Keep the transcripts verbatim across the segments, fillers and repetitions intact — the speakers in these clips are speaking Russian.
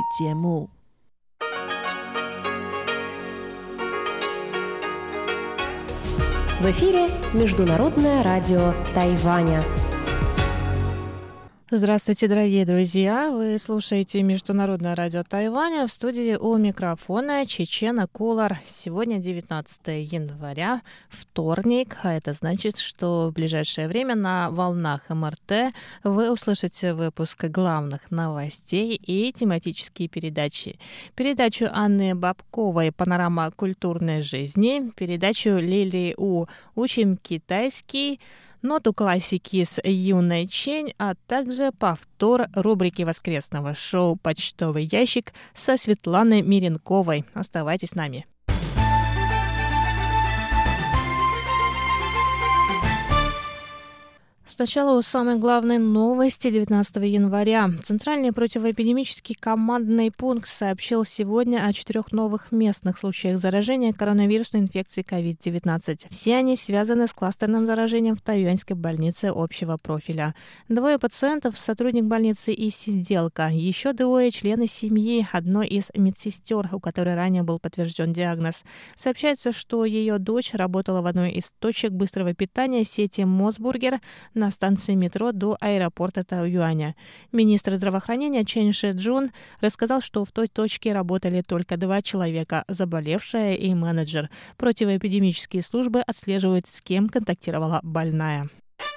节目。 В эфире Международное радио Тайваня. Здравствуйте, дорогие друзья! Вы слушаете Международное радио Тайваня. В студии у микрофона Чечена Кулар. Сегодня девятнадцатое января, вторник. А это значит, что в ближайшее время на волнах эм эр тэ вы услышите выпуск главных новостей и тематические передачи. Передачу Анны Бабковой «Панорама культурной жизни», передачу Лилии У «Учим китайский», ноту классики с Юной Чень, а также повтор рубрики воскресного шоу «Почтовый ящик» со Светланой Миренковой. Оставайтесь с нами. Сначала самые главные новости девятнадцатого января. Центральный противоэпидемический командный пункт сообщил сегодня о четырех новых местных случаях заражения коронавирусной инфекцией ковид девятнадцать. Все они связаны с кластерным заражением в тайюаньской больнице общего профиля. Двое пациентов, сотрудник больницы и сиделка. Еще двое члены семьи одной из медсестер, у которой ранее был подтвержден диагноз. Сообщается, что ее дочь работала в одной из точек быстрого питания сети Мосбургер на станции метро до аэропорта Таоюаня. Министр здравоохранения Чен Ши-Джун рассказал, что в той точке работали только два человека, заболевшая и менеджер. Противоэпидемические службы отслеживают, с кем контактировала больная.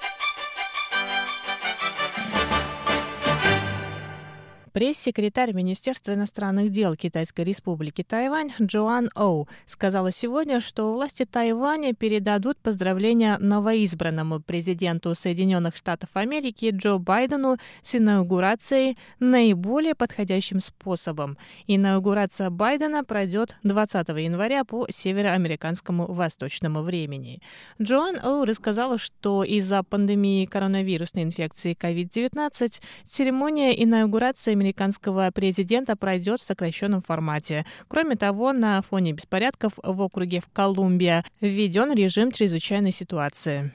Пресс-секретарь Министерства иностранных дел Китайской республики Тайвань Джоан Оу сказала сегодня, что власти Тайваня передадут поздравления новоизбранному президенту Соединенных Штатов Америки Джо Байдену с инаугурацией наиболее подходящим способом. Инаугурация Байдена пройдет двадцатого января по североамериканскому восточному времени. Джоан Оу рассказала, что из-за пандемии коронавирусной инфекции ковид девятнадцать церемония инаугурации американского президента пройдет в сокращенном формате. Кроме того, на фоне беспорядков в округе в Колумбия введен режим чрезвычайной ситуации.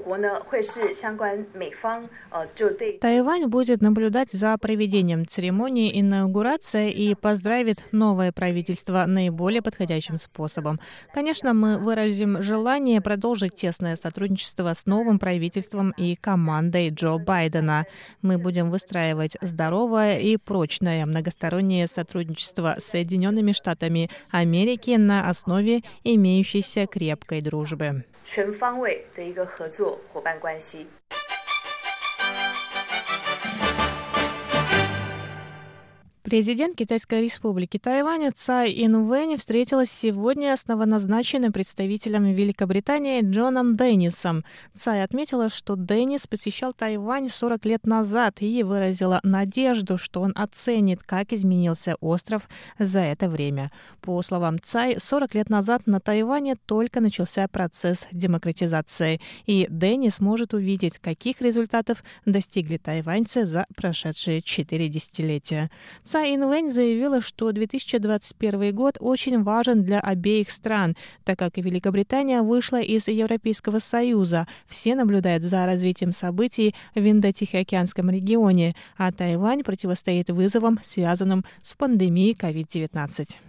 Тайвань будет наблюдать за проведением церемонии инаугурации и поздравит новое правительство наиболее подходящим способом. Конечно, мы выразим желание продолжить тесное сотрудничество с новым правительством и командой Джо Байдена. Мы будем выстраивать здоровое и прочное многостороннее сотрудничество с Соединенными Штатами Америки на основе имеющейся крепкой дружбы. 全方位的一个合作伙伴关系。 Президент Китайской республики Тайвань Цай Ин-вэнь встретилась сегодня с новоназначенным представителем Великобритании Джоном Деннисом. Цай отметила, что Деннис посещал Тайвань сорок лет назад и выразила надежду, что он оценит, как изменился остров за это время. По словам Цай, сорок лет назад на Тайване только начался процесс демократизации, и Деннис может увидеть, каких результатов достигли тайваньцы за прошедшие четыре десятилетия. Цай Ин-вэнь заявила, что две тысячи двадцать первый год очень важен для обеих стран, так как Великобритания вышла из Европейского Союза. Все наблюдают за развитием событий в Индо-Тихоокеанском регионе, а Тайвань противостоит вызовам, связанным с пандемией ковид девятнадцать.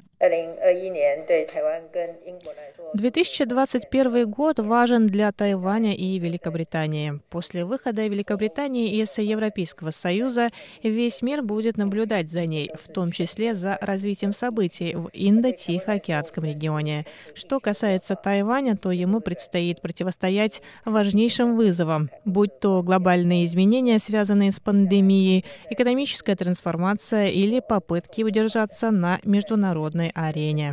две тысячи двадцать первый год важен для Тайваня и Великобритании. После выхода Великобритании из Европейского Союза весь мир будет наблюдать за ней, в том числе за развитием событий в Индо-Тихоокеанском регионе. Что касается Тайваня, то ему предстоит противостоять важнейшим вызовам, будь то глобальные изменения, связанные с пандемией, экономическая трансформация или попытки удержаться на международной арене.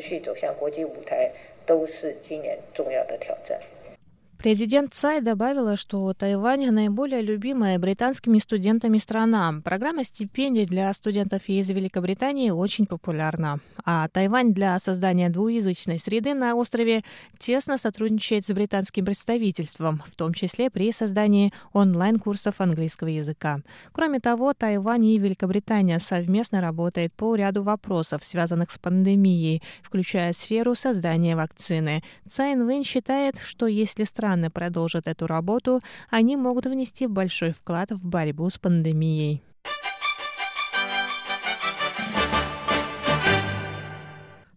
Президент Цай добавила, что Тайвань – наиболее любимая британскими студентами страна. Программа стипендий для студентов из Великобритании очень популярна. А Тайвань для создания двуязычной среды на острове тесно сотрудничает с британским представительством, в том числе при создании онлайн-курсов английского языка. Кроме того, Тайвань и Великобритания совместно работают по ряду вопросов, связанных с пандемией, включая сферу создания вакцины. Цай Ин-вэнь считает, что если страны продолжат эту работу, они могут внести большой вклад в борьбу с пандемией.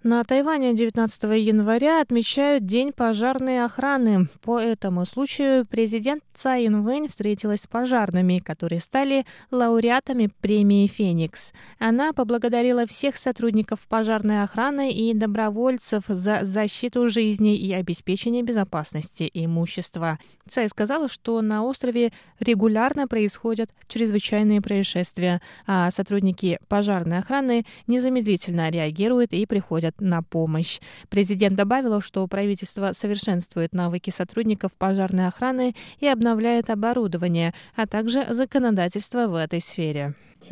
На Тайване девятнадцатого января отмечают День пожарной охраны. По этому случаю президент Цай Инвэнь встретилась с пожарными, которые стали лауреатами премии «Феникс». Она поблагодарила всех сотрудников пожарной охраны и добровольцев за защиту жизни и обеспечение безопасности имущества. Цай сказала, что на острове регулярно происходят чрезвычайные происшествия, а сотрудники пожарной охраны незамедлительно реагируют и приходят на помощь. Президент добавила, что правительство совершенствует навыки сотрудников пожарной охраны и обновляет оборудование, а также законодательство в этой сфере.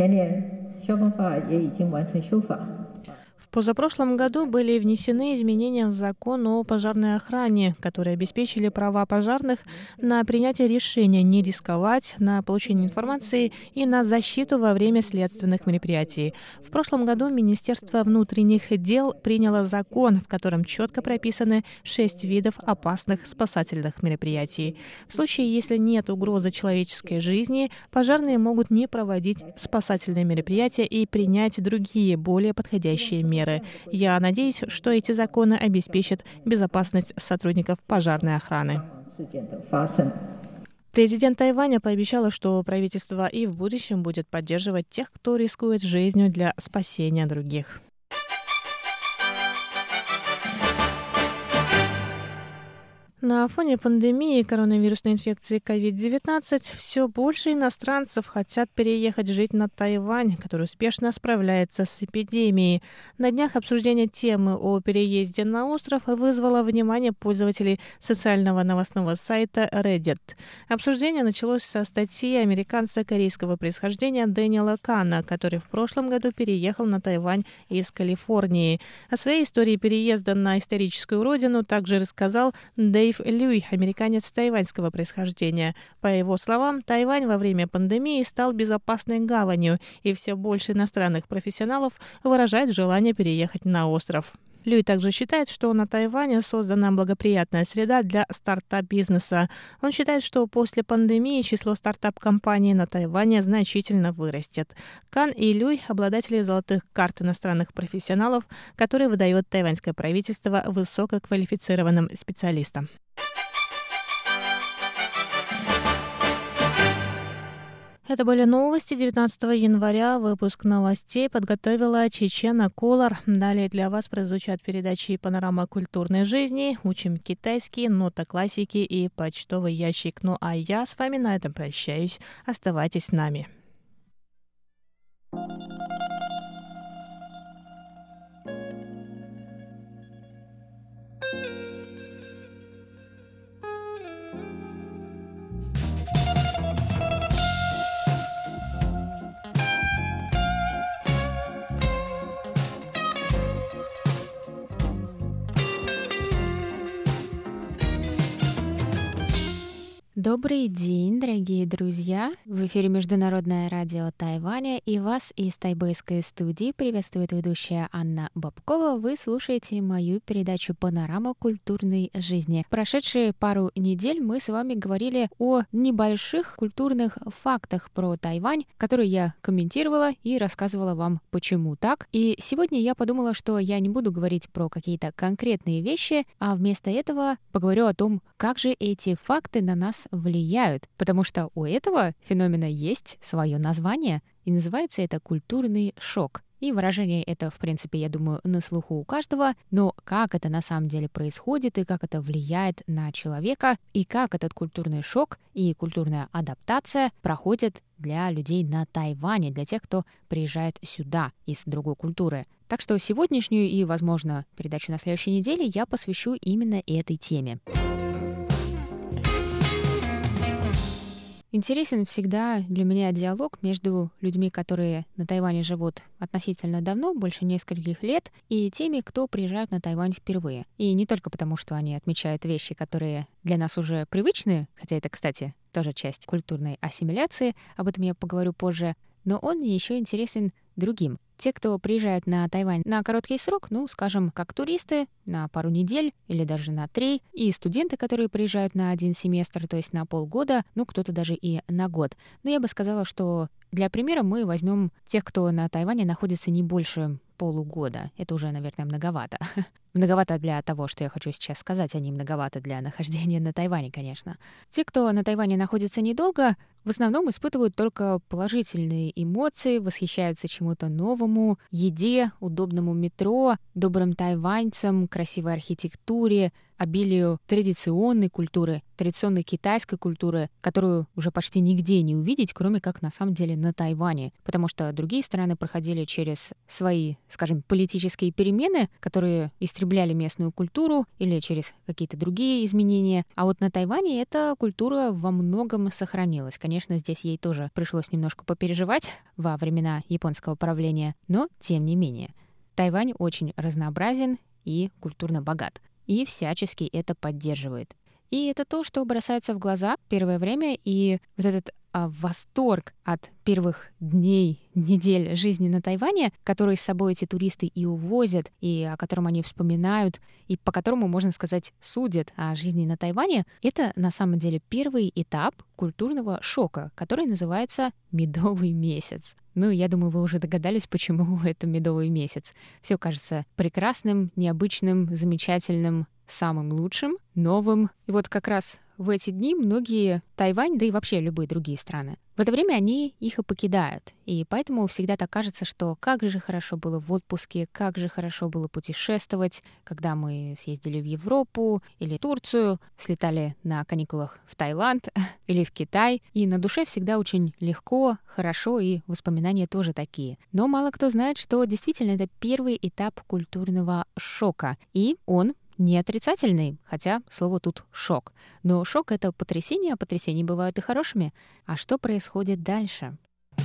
В позапрошлом году были внесены изменения в закон о пожарной охране, которые обеспечили права пожарных на принятие решения не рисковать, на получение информации и на защиту во время следственных мероприятий. В прошлом году Министерство внутренних дел приняло закон, в котором четко прописаны шесть видов опасных спасательных мероприятий. В случае, если нет угрозы человеческой жизни, пожарные могут не проводить спасательные мероприятия и принять другие, более подходящие меры. Я надеюсь, что эти законы обеспечат безопасность сотрудников пожарной охраны. Президент Тайваня пообещала, что правительство и в будущем будет поддерживать тех, кто рискует жизнью для спасения других. На фоне пандемии коронавирусной инфекции ковид девятнадцать все больше иностранцев хотят переехать жить на Тайвань, который успешно справляется с эпидемией. На днях обсуждение темы о переезде на остров вызвало внимание пользователей социального новостного сайта Reddit. Обсуждение началось со статьи американца корейского происхождения Дэниела Кана, который в прошлом году переехал на Тайвань из Калифорнии. О своей истории переезда на историческую родину также рассказал Дэйв Люй, американец тайваньского происхождения. По его словам, Тайвань во время пандемии стал безопасной гаванью, и все больше иностранных профессионалов выражают желание переехать на остров. Люй также считает, что на Тайване создана благоприятная среда для стартап-бизнеса. Он считает, что после пандемии число стартап-компаний на Тайване значительно вырастет. Кан и Люй – обладатели золотых карт иностранных профессионалов, которые выдает тайваньское правительство высококвалифицированным специалистам. Это были новости девятнадцатого января. Выпуск новостей подготовила Чечена Колор. Далее для вас прозвучат передачи «Панорама культурной жизни», «Учим китайский», «Нота классики» и «Почтовый ящик». Ну а я с вами на этом прощаюсь. Оставайтесь с нами. Добрый день, дорогие друзья! В эфире Международное радио Тайваня, и вас из тайбэйской студии приветствует ведущая Анна Бабкова. Вы слушаете мою передачу «Панорама культурной жизни». Прошедшие пару недель мы с вами говорили о небольших культурных фактах про Тайвань, которые я комментировала и рассказывала вам, почему так. И сегодня я подумала, что я не буду говорить про какие-то конкретные вещи, а вместо этого поговорю о том, как же эти факты на нас влияют, потому что у этого феномена есть свое название, и называется это культурный шок. И выражение это, в принципе, я думаю, на слуху у каждого, но как это на самом деле происходит, и как это влияет на человека, и как этот культурный шок и культурная адаптация проходят для людей на Тайване, для тех, кто приезжает сюда из другой культуры. Так что сегодняшнюю и, возможно, передачу на следующей неделе я посвящу именно этой теме. Интересен всегда для меня диалог между людьми, которые на Тайване живут относительно давно, больше нескольких лет, и теми, кто приезжает на Тайвань впервые. И не только потому, что они отмечают вещи, которые для нас уже привычны, хотя это, кстати, тоже часть культурной ассимиляции, об этом я поговорю позже, но он мне еще интересен другим. Те, кто приезжает на Тайвань на короткий срок, ну, скажем, как туристы, на пару недель или даже на три, и студенты, которые приезжают на один семестр, то есть на полгода, ну, кто-то даже и на год. Но я бы сказала, что для примера мы возьмем тех, кто на Тайване находится не больше полугода. Это уже, наверное, многовато. Многовато для того, что я хочу сейчас сказать, а не многовато для нахождения на Тайване, конечно. Те, кто на Тайване находится недолго, в основном испытывают только положительные эмоции, восхищаются чему-то новому, еде, удобному метро, добрым тайваньцам, красивой архитектуре, обилию традиционной культуры, традиционной китайской культуры, которую уже почти нигде не увидеть, кроме как на самом деле на Тайване, потому что другие страны проходили через свои, скажем, политические перемены, которые истребляли местную культуру или через какие-то другие изменения. А вот на Тайване эта культура во многом сохранилась. Конечно, здесь ей тоже пришлось немножко попереживать во времена японского правления, но тем не менее. Тайвань очень разнообразен и культурно богат, и всячески это поддерживает. И это то, что бросается в глаза первое время, и вот этот а, восторг от первых дней, недель жизни на Тайване, который с собой эти туристы и увозят, и о котором они вспоминают, и по которому, можно сказать, судят о жизни на Тайване, это на самом деле первый этап культурного шока, который называется «медовый месяц». Ну, я думаю, вы уже догадались, почему это медовый месяц. Все кажется прекрасным, необычным, замечательным, самым лучшим, новым. И вот как раз в эти дни многие Тайвань, да и вообще любые другие страны, в это время они их и покидают. И поэтому всегда так кажется, что как же хорошо было в отпуске, как же хорошо было путешествовать, когда мы съездили в Европу или Турцию, слетали на каникулах в Таиланд или в Китай. И на душе всегда очень легко, хорошо, и воспоминания тоже такие. Но мало кто знает, что действительно это первый этап культурного шока. И он не отрицательный, хотя слово тут «шок». Но шок — это потрясение, а потрясения бывают и хорошими. А что происходит дальше?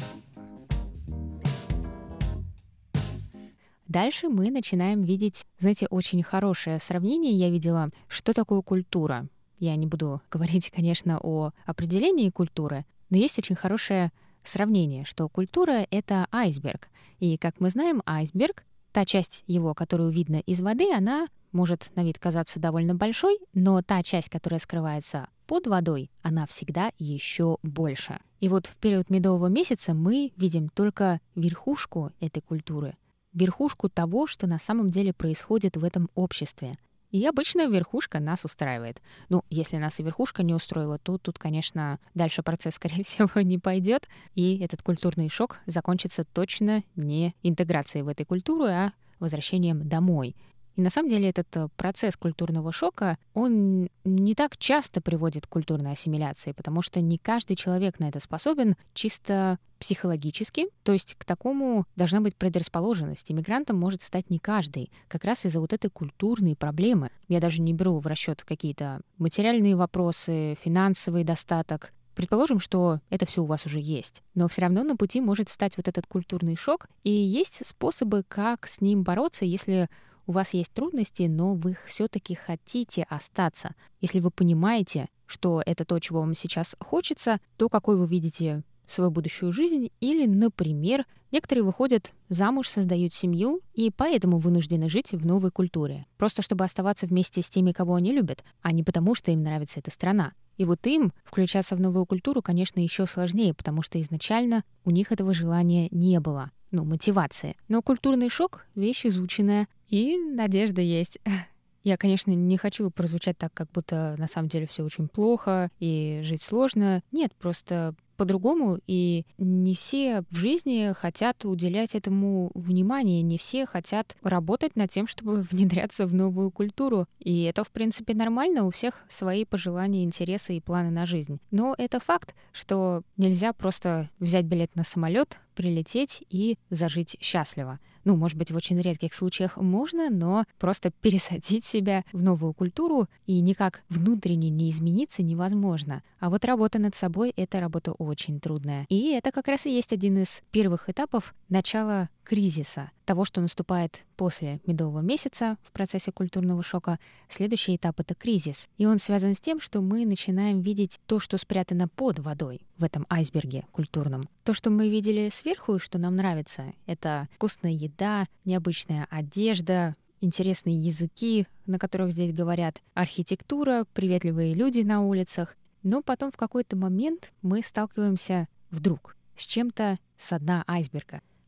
Дальше мы начинаем видеть, знаете, очень хорошее сравнение. Я видела, что такое культура. Я не буду говорить, конечно, о определении культуры, но есть очень хорошее сравнение, что культура — это айсберг. И, как мы знаем, айсберг, та часть его, которую видно из воды, она может на вид казаться довольно большой, но та часть, которая скрывается под водой, она всегда еще больше. И вот в период медового месяца мы видим только верхушку этой культуры, верхушку того, что на самом деле происходит в этом обществе. И обычно верхушка нас устраивает. Ну, если нас и верхушка не устроила, то тут, конечно, дальше процесс, скорее всего, не пойдет, и этот культурный шок закончится точно не интеграцией в эту культуру, а возвращением домой. И на самом деле этот процесс культурного шока, он не так часто приводит к культурной ассимиляции, потому что не каждый человек на это способен чисто психологически, то есть к такому должна быть предрасположенность. Иммигрантом может стать не каждый, как раз из-за вот этой культурной проблемы. Я даже не беру в расчет какие-то материальные вопросы, финансовый достаток. Предположим, что это все у вас уже есть, но все равно на пути может встать вот этот культурный шок, и есть способы, как с ним бороться, если у вас есть трудности, но вы все-таки хотите остаться. Если вы понимаете, что это то, чего вам сейчас хочется, то какой вы видите свою будущую жизнь, или, например, некоторые выходят замуж, создают семью и поэтому вынуждены жить в новой культуре, просто чтобы оставаться вместе с теми, кого они любят, а не потому, что им нравится эта страна. И вот им включаться в новую культуру, конечно, еще сложнее, потому что изначально у них этого желания не было, ну, мотивации. Но культурный шок — вещь изученная, и надежда есть. Я, конечно, не хочу прозвучать так, как будто на самом деле все очень плохо и жить сложно. Нет, просто по-другому, и не все в жизни хотят уделять этому внимание, не все хотят работать над тем, чтобы внедряться в новую культуру. И это, в принципе, нормально, у всех свои пожелания, интересы и планы на жизнь. Но это факт, что нельзя просто взять билет на самолет, прилететь и зажить счастливо. Ну, может быть, в очень редких случаях можно, но просто пересадить себя в новую культуру и никак внутренне не измениться невозможно. А вот работа над собой — это работа очень трудная. И это как раз и есть один из первых этапов начала кризиса, того, что наступает после медового месяца в процессе культурного шока. Следующий этап — это кризис. И он связан с тем, что мы начинаем видеть то, что спрятано под водой в этом айсберге культурном. То, что мы видели сверху и что нам нравится, это вкусная еда, необычная одежда, интересные языки, на которых здесь говорят, архитектура, приветливые люди на улицах. Но потом в какой-то момент мы сталкиваемся вдруг с чем-то со дна айсберга,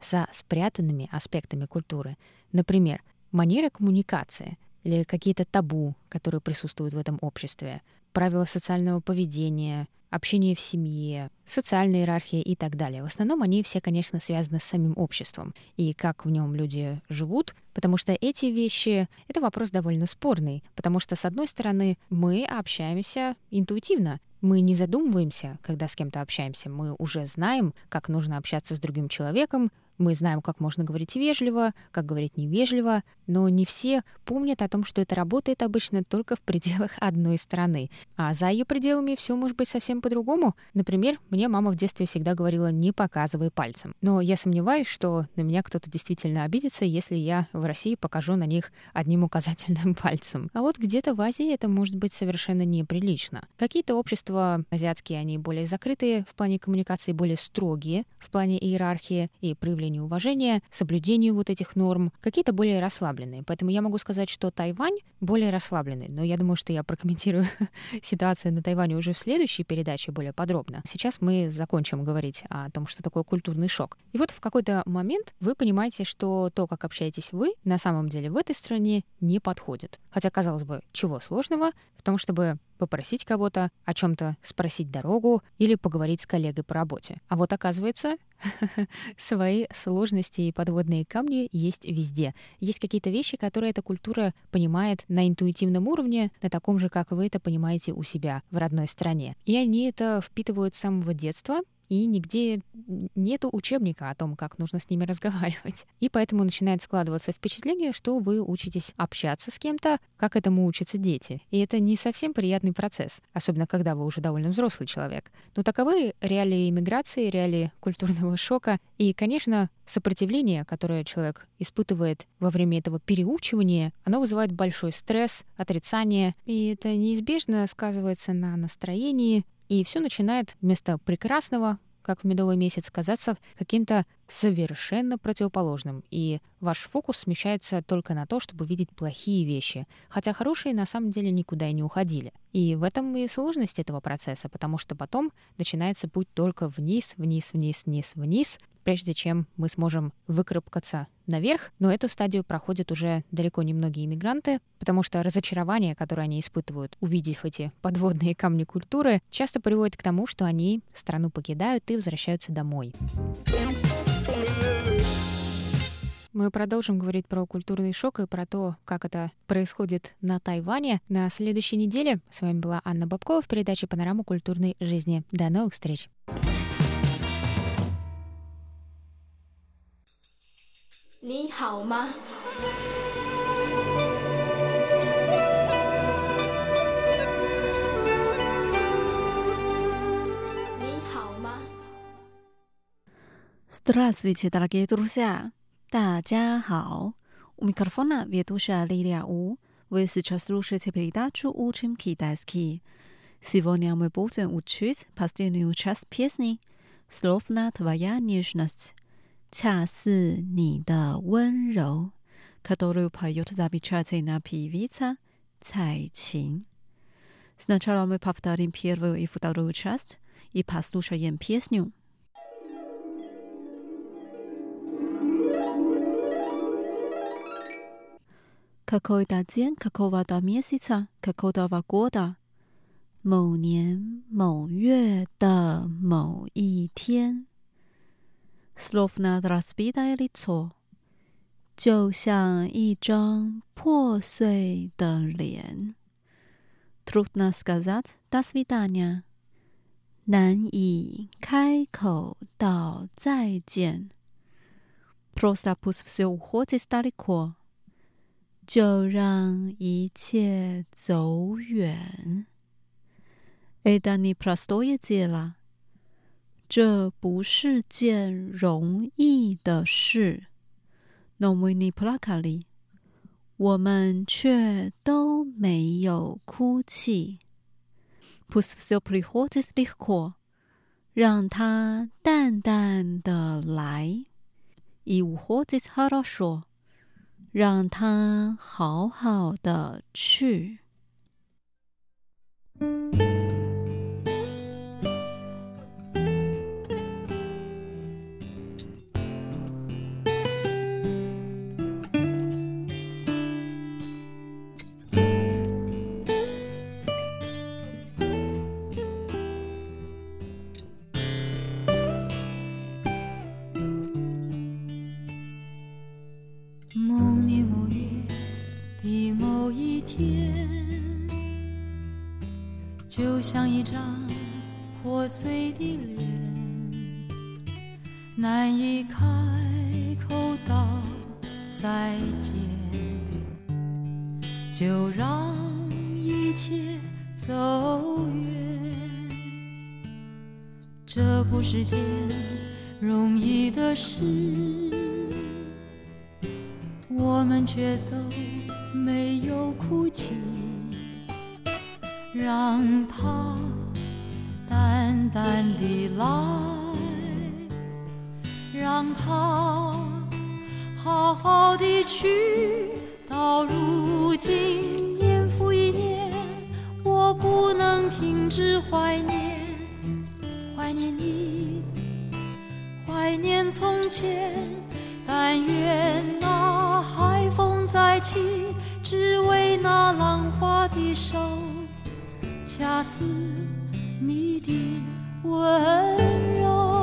со спрятанными аспектами культуры. Например, манера коммуникации или какие-то табу, которые присутствуют в этом обществе, правила социального поведения, общение в семье, социальная иерархия и так далее. В основном они все, конечно, связаны с самим обществом и как в нем люди живут, потому что эти вещи — это вопрос довольно спорный, потому что, с одной стороны, мы общаемся интуитивно, мы не задумываемся, когда с кем-то общаемся, мы уже знаем, как нужно общаться с другим человеком, мы знаем, как можно говорить вежливо, как говорить невежливо, но не все помнят о том, что это работает обычно только в пределах одной страны. А за ее пределами все может быть совсем по-другому. Например, мне мама в детстве всегда говорила «не показывай пальцем». Но я сомневаюсь, что на меня кто-то действительно обидится, если я в России покажу на них одним указательным пальцем. А вот где-то в Азии это может быть совершенно неприлично. Какие-то общества азиатские, они более закрытые в плане коммуникации, более строгие в плане иерархии и проявления уважения, соблюдению вот этих норм, какие-то более расслабленные. Поэтому я могу сказать, что Тайвань более расслабленный. Но я думаю, что я прокомментирую ситуацию на Тайване уже в следующей передаче более подробно. Сейчас мы закончим говорить о том, что такое культурный шок. И вот в какой-то момент вы понимаете, что то, как общаетесь вы, на самом деле в этой стране не подходит. Хотя, казалось бы, чего сложного в том, чтобы попросить кого-то о чем-то, спросить дорогу или поговорить с коллегой по работе. А вот оказывается, свои сложности и подводные камни есть везде. Есть какие-то вещи, которые эта культура понимает на интуитивном уровне, на таком же, как вы это понимаете у себя в родной стране. И они это впитывают с самого детства, и нигде нету учебника о том, как нужно с ними разговаривать. И поэтому начинает складываться впечатление, что вы учитесь общаться с кем-то, как этому учатся дети. И это не совсем приятный процесс, особенно когда вы уже довольно взрослый человек. Но таковы реалии иммиграции, реалии культурного шока. И, конечно, сопротивление, которое человек испытывает во время этого переучивания, оно вызывает большой стресс, отрицание. И это неизбежно сказывается на настроении. И все начинает вместо прекрасного, как в медовый месяц, казаться каким-то совершенно противоположным. И ваш фокус смещается только на то, чтобы видеть плохие вещи, хотя хорошие на самом деле никуда и не уходили. И в этом и сложность этого процесса, потому что потом начинается путь только вниз, вниз, вниз, вниз, вниз, прежде чем мы сможем выкарабкаться наверх. Но эту стадию проходят уже далеко не многие иммигранты, потому что разочарование, которое они испытывают, увидев эти подводные камни культуры, часто приводит к тому, что они страну покидают и возвращаются домой. Мы продолжим говорить про культурный шок и про то, как это происходит на Тайване на следующей неделе. С вами была Анна Бабкова в передаче «Панорама культурной жизни». До новых встреч! 你好吗？你好吗？ Здравствуйте, дорогие друзья! 大家好! У микрофона ведущая Лилия У. Вы сейчас слушаете передачу «Учим китайский». Сегодня мы будем учить последнюю часть песни «Словно твоя нежность». 恰似你的温柔, которую поет замечательная певица Цай Чин. Сначала мы повторим первую и вторую часть и послушаем песню. Какой-то день какого-то месяца какого-то года, 某年某月的某一天 Словно разбитое лицо, 就像一张破碎的脸 Трудно сказать «до свидания», 难以开口道再见 Просто пусть все уходит далеко, 就让一切走远 Это непростое дело, 这不是件容易的事 Но мы не плакали, 我们却都没有哭泣 Пусть все приходит легко, 让它淡淡的来 И уходит хорошо, 让它好好的去某年某月的某一天，就像一张破碎的脸，难以开口道再见，就让一切走远。这不是件容易的事，我们却都没有哭泣，让它淡淡地来，让它好好地去。到如今年复一年，我不能停止怀念，怀念你，怀念从前。但愿那海风再起，只为那浪花的手掐死你的温柔。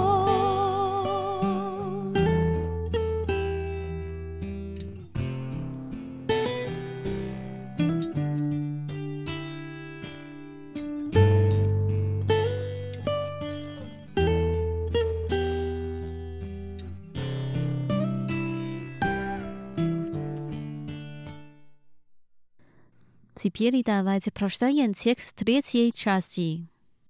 Теперь давайте прочитаем текст третьей части.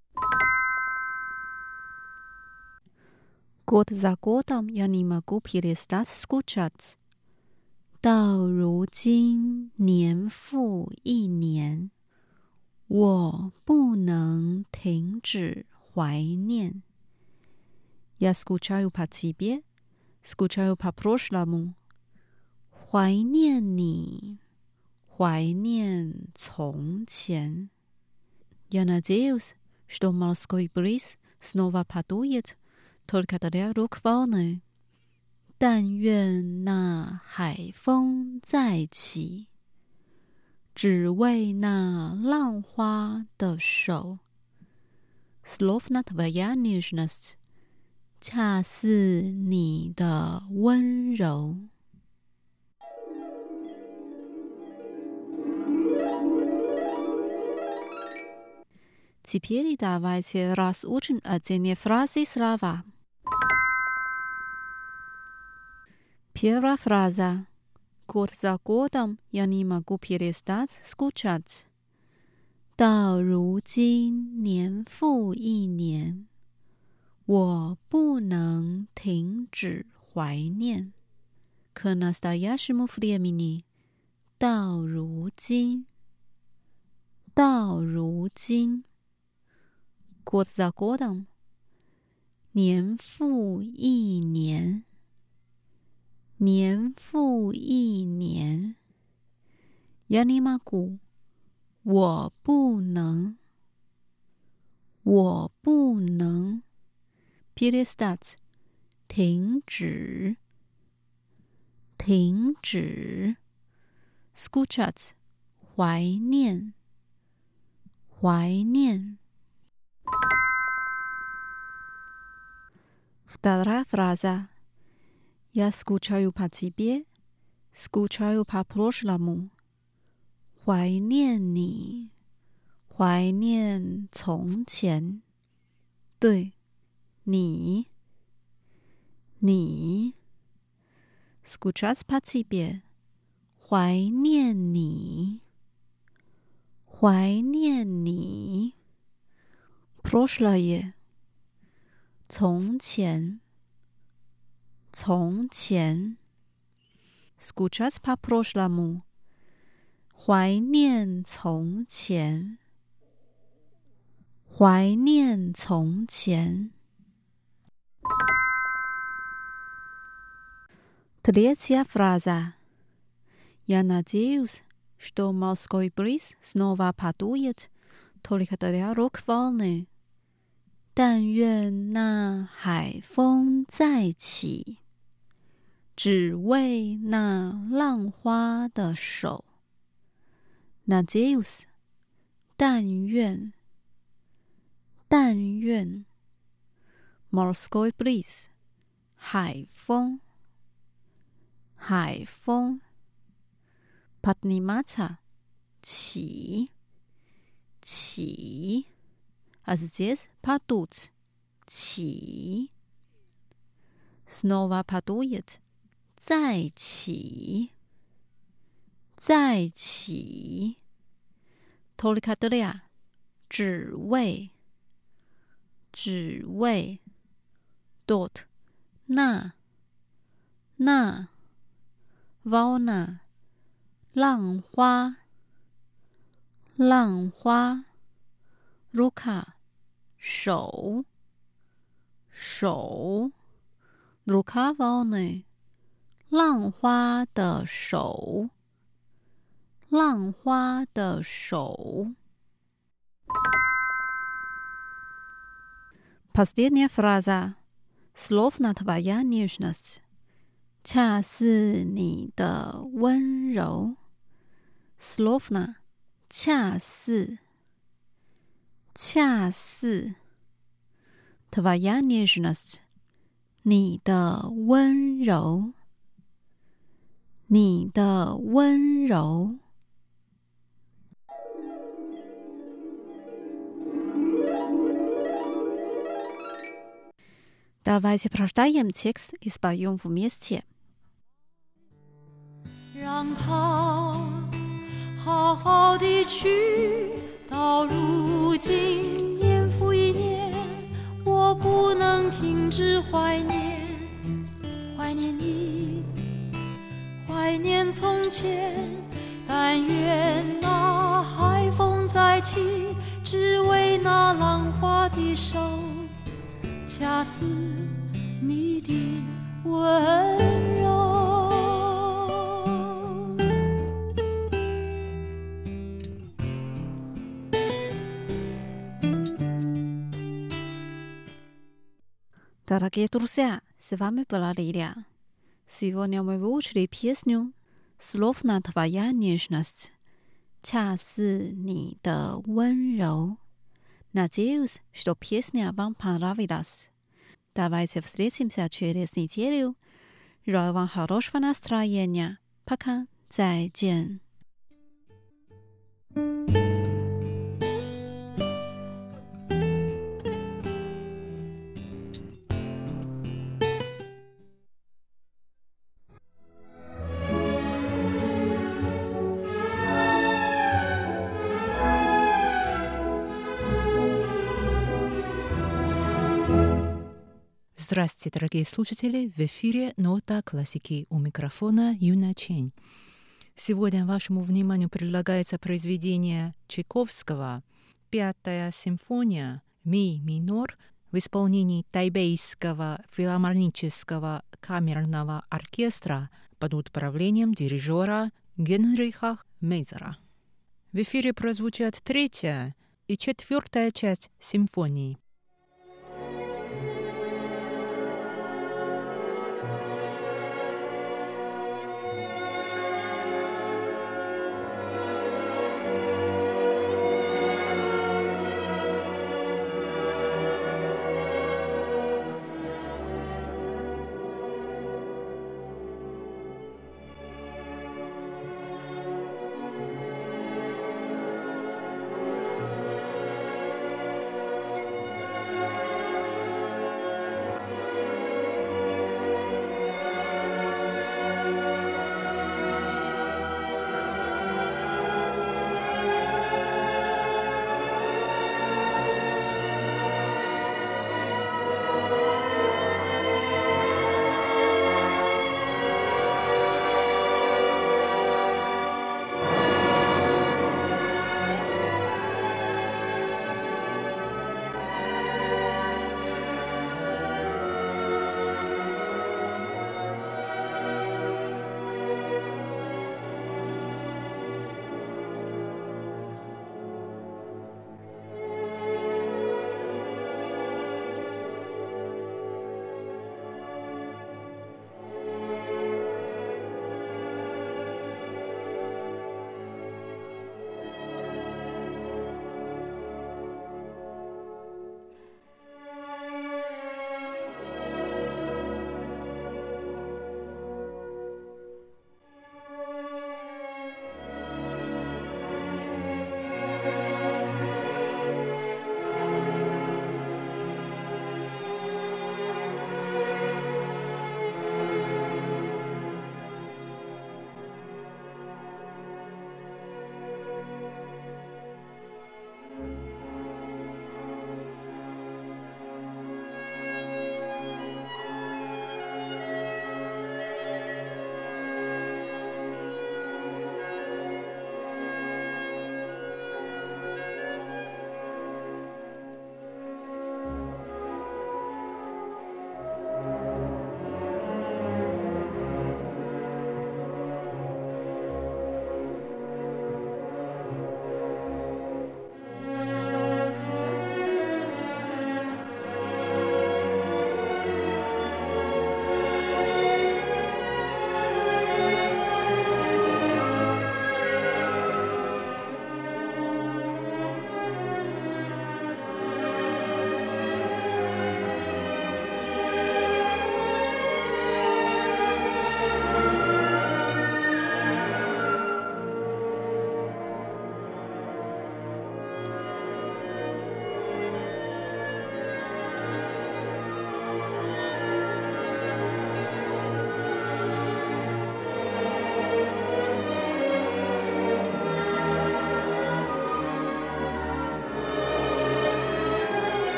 Год за годом я не могу перестать скучать. 到如今年复一年，我不能停止怀念。Я скучаю по тебе, скучаю по прошлому. 怀念你。怀念从前。Я надеюсь, что морской бриз снова подует, только для рук волны. 但愿那海风再起，只为那浪花的手。Словно твоя нежность, 恰似你的温柔。Теперь давайте разучим отдельные фразы слова. Первая фраза. Год за годом я не могу перестать скучать. 到如今年复一年，我不能停止怀念。К настоящему времени. 到如今，到如今。Год за годом, 年复一年，年复一年。Я не могу, 我不能，我不能。Перестать, 停止，停止。Скучать, 怀念，怀念。Вторая фраза. Я скучаю по тебе, скучаю по прошлому. 怀念你，怀念从前。对，你，你。Скучать по тебе, 怀念你，怀念你。Прошлое, 从前，从前。Скучать по прошлому, 怀念从前，怀念从前。Третья фраза. Я надеюсь, что морской бриз снова подует, только для рук волны. 但愿那海风再起，只为那浪花的手。Надеюсь, 但愿，但愿。Морской бриз, 海风， 海风。Подниматься – 起，起。А здесь подуть – 起。Снова подует – 再起，再起。Только для – 只为，只为。Dort – 那，那。Волна – 浪花，浪花。Рука – 手，手。Рука волны – 浪花的手，浪花的手。Последняя фраза – словно твоя нежность， 恰似你的温柔。Словно – 恰似，恰似。Твоя нежность – 你的温柔，你的温柔。Давайте прочитаем текст и споем вместе. 让它好好地去，到如今年复一年，我不能停止怀念，怀念你，怀念从前。但愿那海风再起，只为那浪花的手，恰似你的温柔。 Дорогие друзья, с вами была Лилия. Сегодня мы выучили песню «Словно твоя нежность», 恰似你的温柔。Надеюсь, что песня вам понравилась. Давайте встретимся через неделю. Желаю вам хорошего настроения. Пока. 再见。 Здравствуйте, дорогие слушатели! В эфире «Нота классики», у микрофона Юна Чень. Сегодня вашему вниманию предлагается произведение Чайковского «Пятая симфония ми минор» в исполнении Тайбэйского филармонического камерного оркестра под управлением дирижера Генриха Мейзера. В эфире прозвучат третья и четвертая часть симфонии.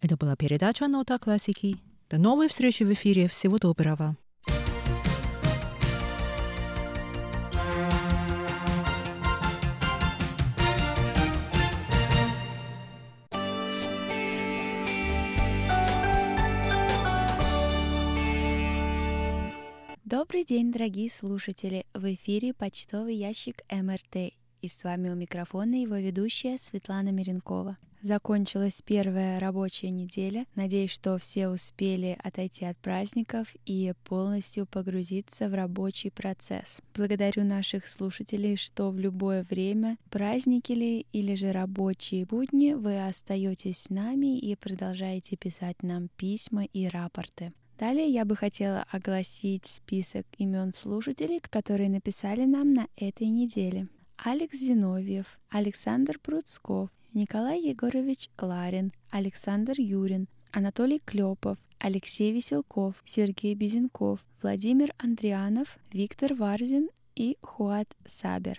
Это была передача «Нота классики». До новой встречи в эфире. Всего доброго. Добрый день, дорогие слушатели! В эфире почтовый ящик эм эр тэ. И с вами у микрофона его ведущая Светлана Миренкова. Закончилась первая рабочая неделя. Надеюсь, что все успели отойти от праздников и полностью погрузиться в рабочий процесс. Благодарю наших слушателей, что в любое время, праздники ли или же рабочие будни, вы остаетесь с нами и продолжаете писать нам письма и рапорты. Далее я бы хотела огласить список имен слушателей, которые написали нам на этой неделе. Алекс Зиновьев, Александр Пруцков, Николай Егорович Ларин, Александр Юрин, Анатолий Клепов, Алексей Веселков, Сергей Безенков, Владимир Андрианов, Виктор Варзин и Хуат Сабер.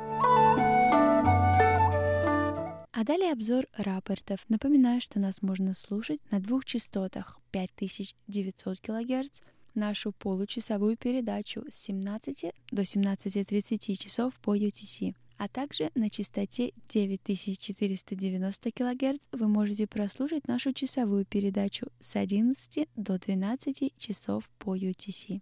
А далее обзор рапортов. Напоминаю, что нас можно слушать на двух частотах пять тысяч девятьсот килогерц, нашу получасовую передачу с семнадцати до семнадцати тридцати часов по ю ти си, а также на частоте девять тысяч четыреста девяносто килогерц вы можете прослушать нашу часовую передачу с одиннадцати до двенадцати часов по ю ти си.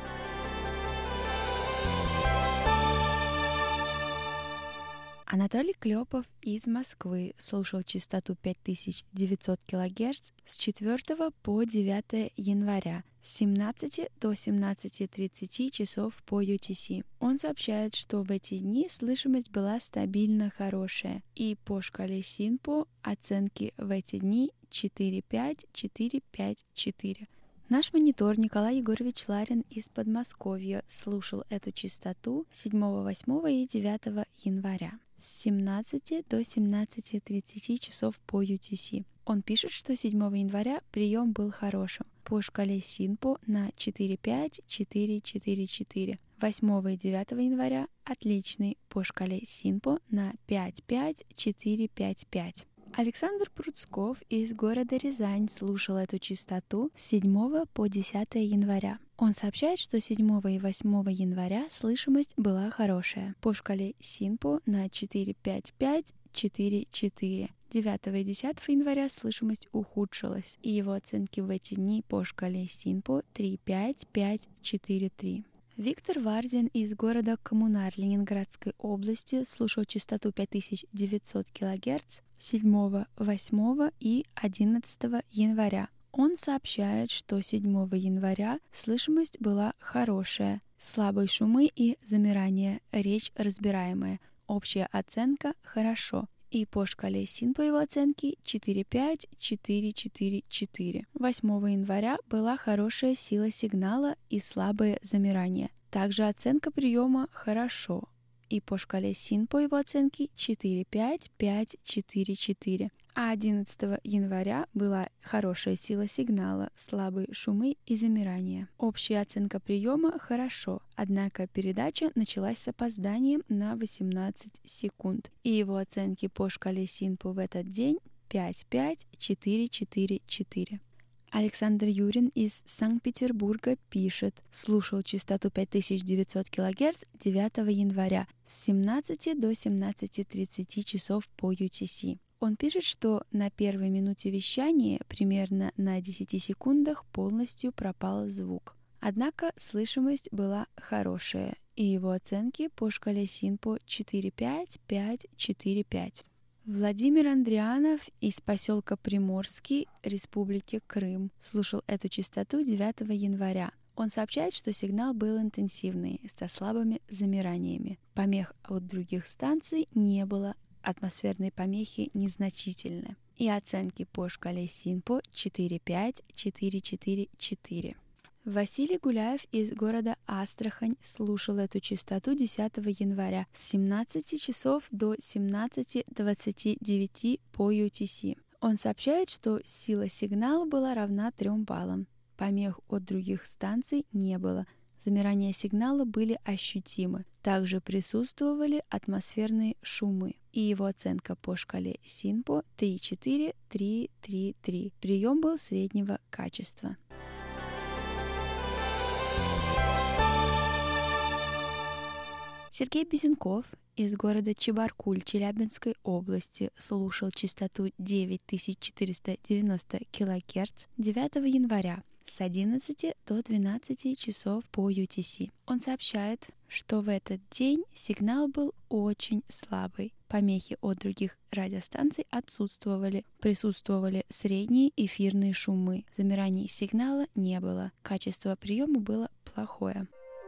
Анатолий Клепов из Москвы слушал частоту пять тысяч девятьсот килогерц с четвёртого по девятое января с семнадцати до семнадцати тридцати часов по ю ти си. Он сообщает, что в эти дни слышимость была стабильно хорошая, и по шкале Синпо оценки в эти дни четыре пять, четыре пять, четыре. Наш монитор Николай Егорович Ларин из Подмосковья слушал эту частоту седьмого, восьмого и девятого января с семнадцати до семнадцати тридцати часов по ю ти си. Он пишет, что седьмого января прием был хорошим по шкале Синпо на четыре пять, четыре четыре четыре. восьмого и девятого января отличный по шкале Синпо на пять пять, четыре пять пять. Александр Пруцков из города Рязань слушал эту частоту с седьмого по десятое января. Он сообщает, что седьмого и восьмого января слышимость была хорошая по шкале Синпо на четыре пять пять, четыре четыре. девятого и десятого января слышимость ухудшилась, и его оценки в эти дни по шкале Синпо три пять, пять четыре три. Виктор Варзин из города Коммунар Ленинградской области слушал частоту пять тысяч девятьсот килогерц седьмого, восьмого и одиннадцатого января. Он сообщает, что седьмого января слышимость была хорошая, слабые шумы и замирание, речь разбираемая, общая оценка «хорошо». И по шкале Синпо его оценки четыре пять, четыре четыре четыре. восьмого января была хорошая сила сигнала и слабое замирание. Также оценка приема «хорошо». И по шкале Синпо его оценки четыре пять, пять четыре четыре. А одиннадцатого января была хорошая сила сигнала, слабые шумы и замирание. Общая оценка приема «хорошо», однако передача началась с опозданием на восемнадцать секунд. И его оценки по шкале Синпо в этот день пять пять, четыре четыре четыре. Александр Юрин из Санкт-Петербурга пишет, слушал частоту пять тысяч девятьсот килогерц девятого января с семнадцати до семнадцати тридцати часов по ю ти си. Он пишет, что на первой минуте вещания, примерно на десяти секундах, полностью пропал звук. Однако слышимость была хорошая, и его оценки по шкале Синпо четыре пять, пять четыре пять. Владимир Андрианов из поселка Приморский, Республики Крым, слушал эту частоту девятого января. Он сообщает, что сигнал был интенсивный, со слабыми замираниями. Помех от других станций не было, атмосферные помехи незначительны. И оценки по шкале Синпо четыре пять, четыре четыре четыре. Василий Гуляев из города Астрахань слушал эту частоту десятого января с семнадцати часов до семнадцати двадцати девяти по ю ти си. Он сообщает, что сила сигнала была равна трем баллам. Помех от других станций не было. Замирания сигнала были ощутимы. Также присутствовали атмосферные шумы, и его оценка по шкале Синпо три и четыре, три, три, три. Прием был среднего качества. Сергей Безенков из города Чебаркуль Челябинской области слушал частоту девять тысяч четыреста девяносто килогерц девятого января с одиннадцати до двенадцати часов по ю ти си. Он сообщает, что в этот день сигнал был очень слабый. Помехи от других радиостанций отсутствовали. Присутствовали средние эфирные шумы. Замираний сигнала не было. Качество приема было плохое.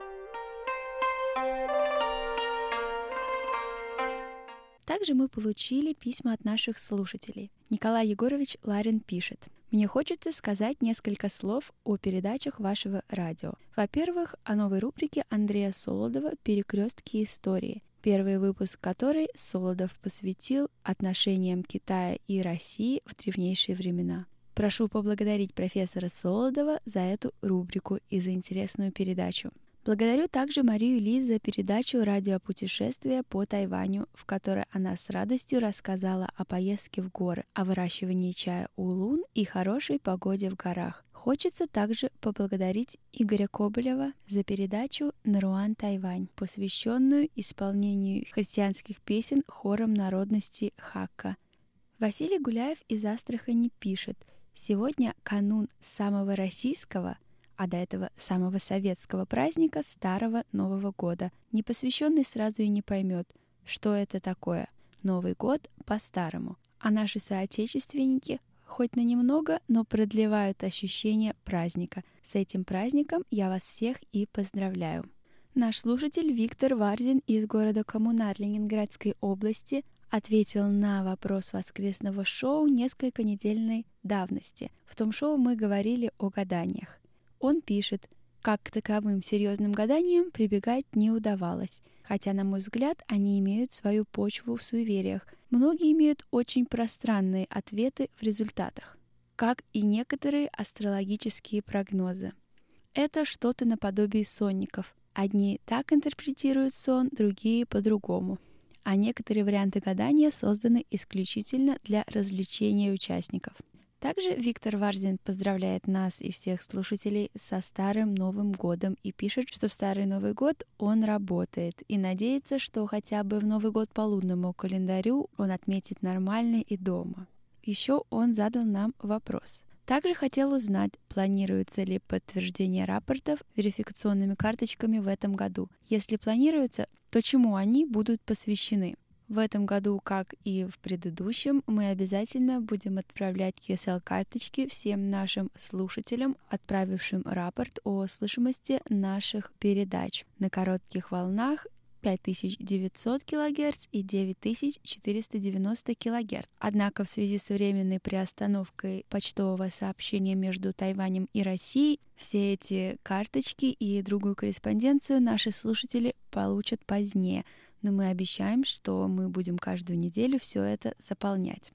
Также мы получили письма от наших слушателей. Николай Егорович Ларин пишет: «Мне хочется сказать несколько слов о передачах вашего радио. Во-первых, о новой рубрике Андрея Солодова «Перекрестки истории», первый выпуск которой Солодов посвятил отношениям Китая и России в древнейшие времена. Прошу поблагодарить профессора Солодова за эту рубрику и за интересную передачу. Благодарю также Марию Ли за передачу «Радиопутешествие по Тайваню», в которой она с радостью рассказала о поездке в горы, о выращивании чая улун и хорошей погоде в горах. Хочется также поблагодарить Игоря Коболева за передачу «Наруан Тайвань», посвященную исполнению христианских песен хором народности Хакка. Василий Гуляев из Астрахани пишет: «Сегодня канун самого российского, а до этого самого советского праздника Старого Нового года. Непосвященный сразу и не поймет, что это такое. Новый год по-старому. А наши соотечественники хоть на немного, но продлевают ощущение праздника. С этим праздником я вас всех и поздравляю». Наш слушатель Виктор Варзин из города Коммунар Ленинградской области ответил на вопрос воскресного шоу несколько недельной давности. В том шоу мы говорили о гаданиях. Он пишет: «Как к таковым серьезным гаданиям прибегать не удавалось, хотя, на мой взгляд, они имеют свою почву в суевериях. Многие имеют очень пространные ответы в результатах, как и некоторые астрологические прогнозы. Это что-то наподобие сонников. Одни так интерпретируют сон, другие по-другому. А некоторые варианты гадания созданы исключительно для развлечения участников». Также Виктор Варзин поздравляет нас и всех слушателей со Старым Новым годом и пишет, что в Старый Новый год он работает и надеется, что хотя бы в Новый год по лунному календарю он отметит нормально и дома. Еще он задал нам вопрос. Также хотел узнать, планируется ли подтверждение рапортов верификационными карточками в этом году. Если планируется, то чему они будут посвящены? В этом году, как и в предыдущем, мы обязательно будем отправлять кью эс эл-карточки всем нашим слушателям, отправившим рапорт о слышимости наших передач на коротких волнах пять тысяч девятьсот килогерц и девять тысяч четыреста девяносто килогерц. Однако в связи с временной приостановкой почтового сообщения между Тайванем и Россией все эти карточки и другую корреспонденцию наши слушатели получат позднее. Но мы обещаем, что мы будем каждую неделю все это заполнять.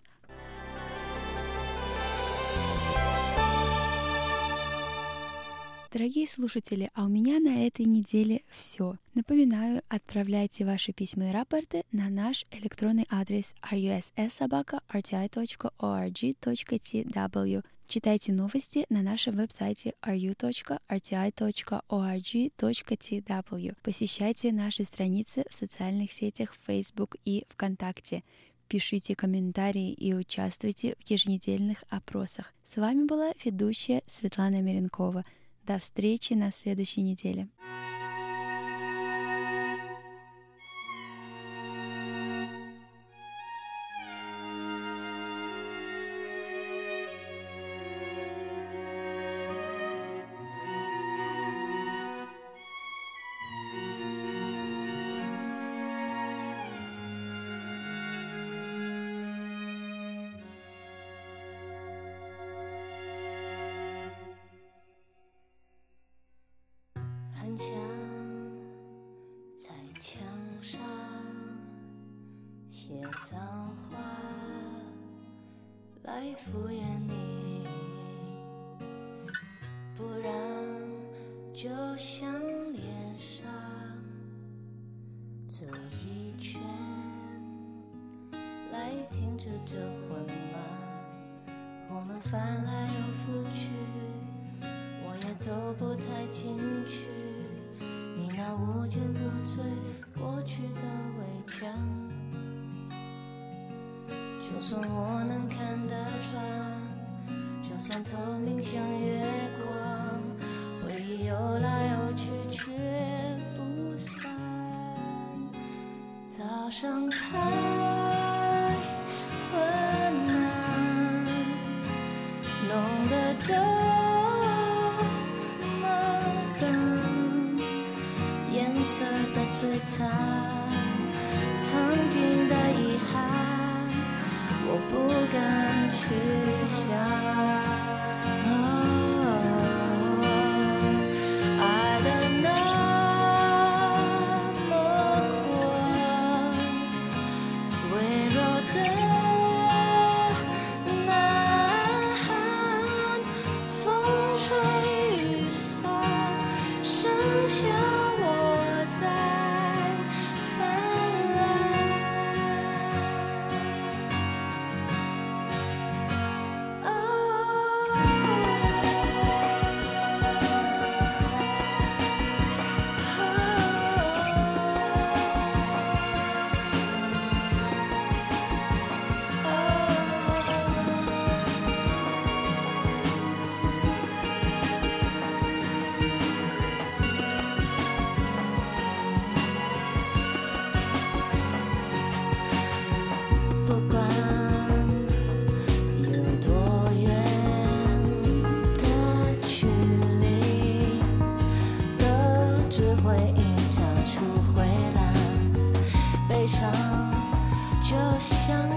Дорогие слушатели, а у меня на этой неделе все. Напоминаю, отправляйте ваши письма и рапорты на наш электронный адрес ар ю эс эс собака эр ти ай точка орг точка ти дабл ю. Читайте новости на нашем веб-сайте ар ю точка эр ти ай точка орг точка ти дабл ю. Посещайте наши страницы в социальных сетях Facebook и ВКонтакте. Пишите комментарии и участвуйте в еженедельных опросах. С вами была ведущая Светлана Меренкова. До встречи на следующей неделе. 着这混乱，我们翻来又覆去，我也走不太进去，你那无坚不摧过去的围墙，就算我能看得穿，就算透明像月光，回忆游来游去却不散。早上太昏暗，弄得这么冷，颜色的摧残，曾经的遗憾，我不敢去想。像